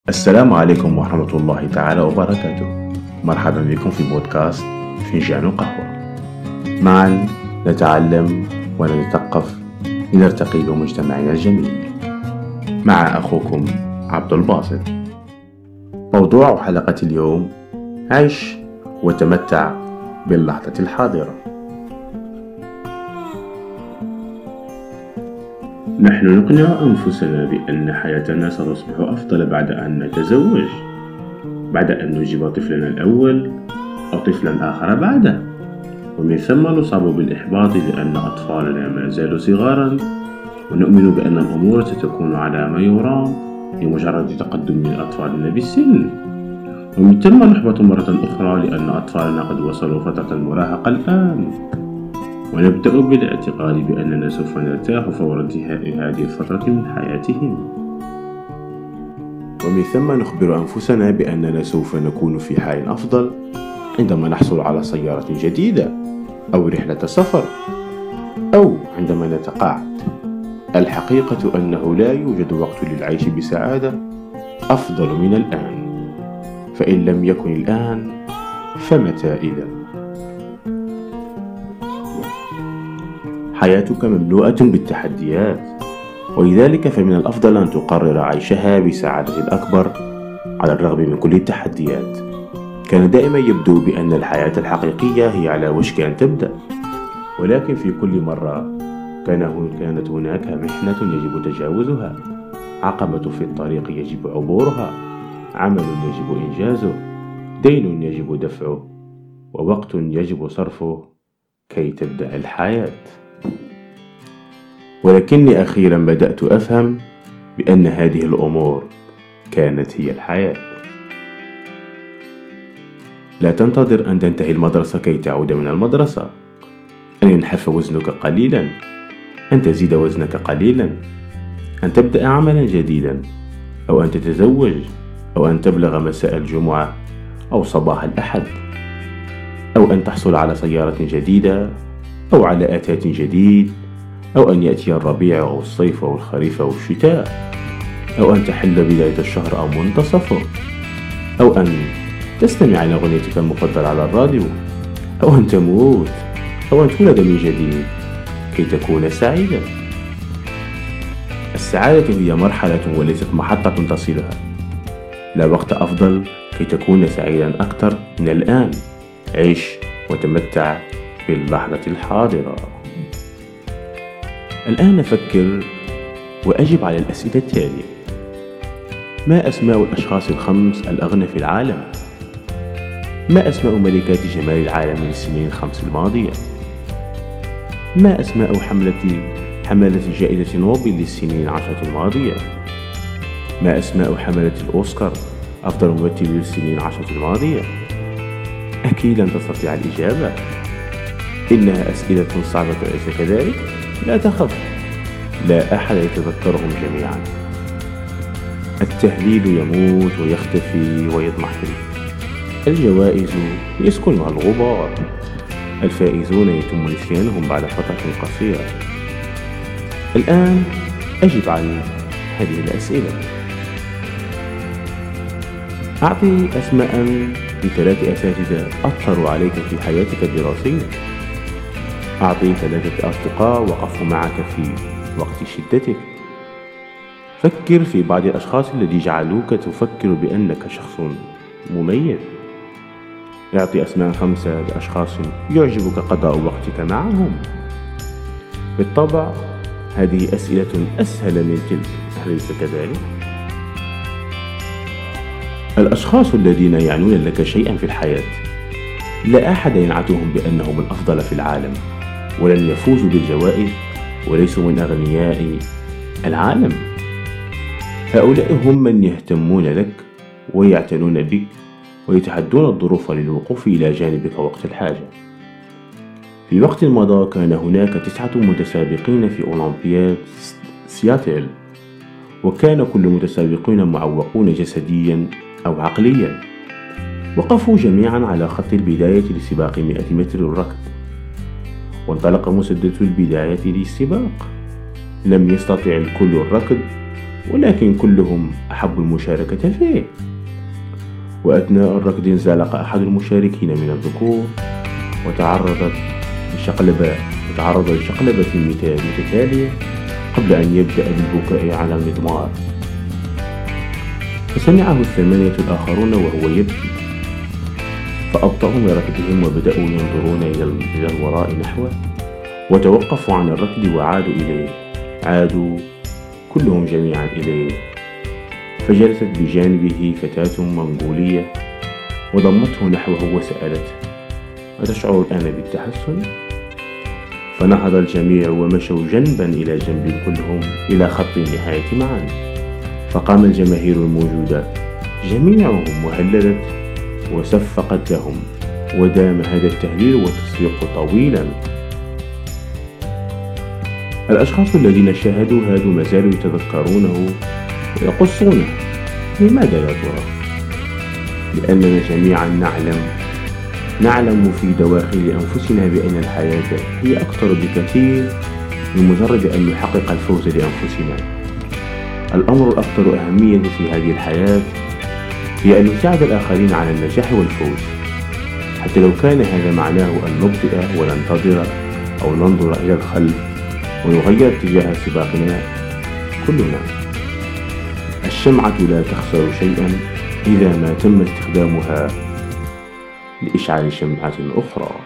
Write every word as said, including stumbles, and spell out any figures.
السلام عليكم ورحمة الله تعالى وبركاته. مرحبا بكم في بودكاست فنجان قهوة. معا نتعلم ونتثقف لنرتقي بمجتمعنا الجميل. مع أخوكم عبد الباسط. موضوع حلقة اليوم: عيش وتمتع باللحظة الحاضرة. نحن نقنع أنفسنا بأن حياتنا ستصبح أفضل بعد أن نتزوج، بعد أن نجيب طفلنا الأول أو طفلا آخر بعده، ومن ثم نصاب بالإحباط لأن أطفالنا ما زالوا صغارا، ونؤمن بأن الأمور ستكون على ما يرام بمجرد تقدم من أطفالنا بالسن، ومن ثم نحبط مرة أخرى لأن أطفالنا قد وصلوا فترة المراهقة الآن، ونبدأ بالاعتقاد بأننا سوف نرتاح فور انتهاء هذه الفترة من حياتهم، ومن ثم نخبر أنفسنا بأننا سوف نكون في حال أفضل عندما نحصل على سيارة جديدة أو رحلة سفر أو عندما نتقاعد. الحقيقة أنه لا يوجد وقت للعيش بسعادة أفضل من الآن، فإن لم يكن الآن فمتى إذا؟ حياتك مملوءة بالتحديات، ولذلك فمن الأفضل أن تقرر عيشها بسعادة أكبر على الرغم من كل التحديات. كان دائما يبدو بأن الحياة الحقيقية هي على وشك أن تبدأ، ولكن في كل مرة كانت هناك محنة يجب تجاوزها، عقبة في الطريق يجب عبورها، عمل يجب إنجازه، دين يجب دفعه، ووقت يجب صرفه كي تبدأ الحياة. ولكني أخيرا بدأت أفهم بأن هذه الأمور كانت هي الحياة. لا تنتظر أن تنتهي المدرسة كي تعود من المدرسة، أن ينحف وزنك قليلا، أن تزيد وزنك قليلا، أن تبدأ عملا جديدا، أو أن تتزوج، أو أن تبلغ مساء الجمعة أو صباح الأحد، أو أن تحصل على سيارة جديدة، أو على أثاث جديد، أو أن يأتي الربيع أو الصيف أو الخريف أو الشتاء، أو أن تحل بداية الشهر أو منتصفه، أو أن تستمع إلى أغنيتك المفضلة على الراديو، أو أن تموت، أو أن تولد من جديد كي تكون سعيدا. السعادة هي مرحلة وليست محطة تصلها. لا وقت أفضل كي تكون سعيدا أكثر من الآن. عيش وتمتع باللحظة الحاضرة. الآن فكر وأجب على الأسئلة التالية: ما أسماء الأشخاص الخمس الأغنى في العالم؟ ما أسماء ملكات جمال العالم من السنين الخمس الماضية؟ ما أسماء حملة حملة جائزة نوبل للسنين العشرة الماضية؟ ما أسماء حملة الأوسكار أفضل ممثل للسنين العشرة الماضية؟ أكيد لن تستطيع الإجابة. إنها أسئلة صعبة أليس كذلك؟ لا تخف، لا أحد يتذكرهم جميعا. التهليل يموت ويختفي ويضمحل. الجوائز يسكنها الغبار. الفائزون يتم نسيانهم بعد فترة قصيرة. الآن أجب عن هذه الأسئلة. أعطي أسماء لثلاث أساتذة أثروا عليك في حياتك الدراسية. أعطي ثلاثة أصدقاء وقفوا معك في وقت شدتك. فكر في بعض الأشخاص الذين جعلوك تفكر بأنك شخص مميز. اعطي أسماء خمسة لأشخاص يعجبك قضاء وقتك معهم. بالطبع هذه أسئلة أسهل من تلك، أليس كذلك؟ الأشخاص الذين يعنون لك شيئا في الحياة لا أحد ينعتهم بأنهم الأفضل في العالم، ولن يفوزوا بالجوائز، وليسوا من أغنياء العالم. هؤلاء هم من يهتمون لك ويعتنون بك ويتحدون الظروف للوقوف إلى جانبك وقت الحاجة. في وقت مضى كان هناك تسعة متسابقين في أولمبياد سياتل، وكان كل المتسابقين معوقون جسديا أو عقليا. وقفوا جميعا على خط البداية لسباق مئة متر الركض، وانطلق مسدس البداية للسباق. لم يستطع الكل الركض، ولكن كلهم أحبوا المشاركة فيه. وأثناء الركض انزلق أحد المشاركين من الذكور وتعرضت لشقلبة وتعرض لشقلبة متتالية قبل أن يبدأ بالبكاء على المضمار. فسمعه الثمانية الآخرون وهو يبكي، فأبطأوا من ركضهم وبدأوا ينظرون إلى الوراء نحوه، وتوقفوا عن الركض وعادوا إليه. عادوا كلهم جميعا إليه، فجلست بجانبه فتاة منغولية وضمته نحوه وسألته: أتشعر الآن بالتحسن؟ فنهض الجميع ومشوا جنبا إلى جنب كلهم إلى خط النهاية معا. فقام الجماهير الموجودة جميعهم وهللت وصفقت لهم، ودام هذا التهليل والتصفيق طويلا. الأشخاص الذين شاهدوا هذا ما زالوا يتذكرونه ويقصونه. لماذا يا ترى؟ لأننا جميعا نعلم نعلم في دواخل أنفسنا بأن الحياة هي أكثر بكثير من مجرد أن نحقق الفوز لأنفسنا. الأمر الأكثر أهمية في هذه الحياة هي أن نساعد الآخرين على النجاح والفوز، حتى لو كان هذا معناه أن نبطئ وننتظر أو ننظر إلى الخلف ونغير اتجاه سباقنا. كلنا الشمعة لا تخسر شيئا إذا ما تم استخدامها لإشعال شمعة أخرى.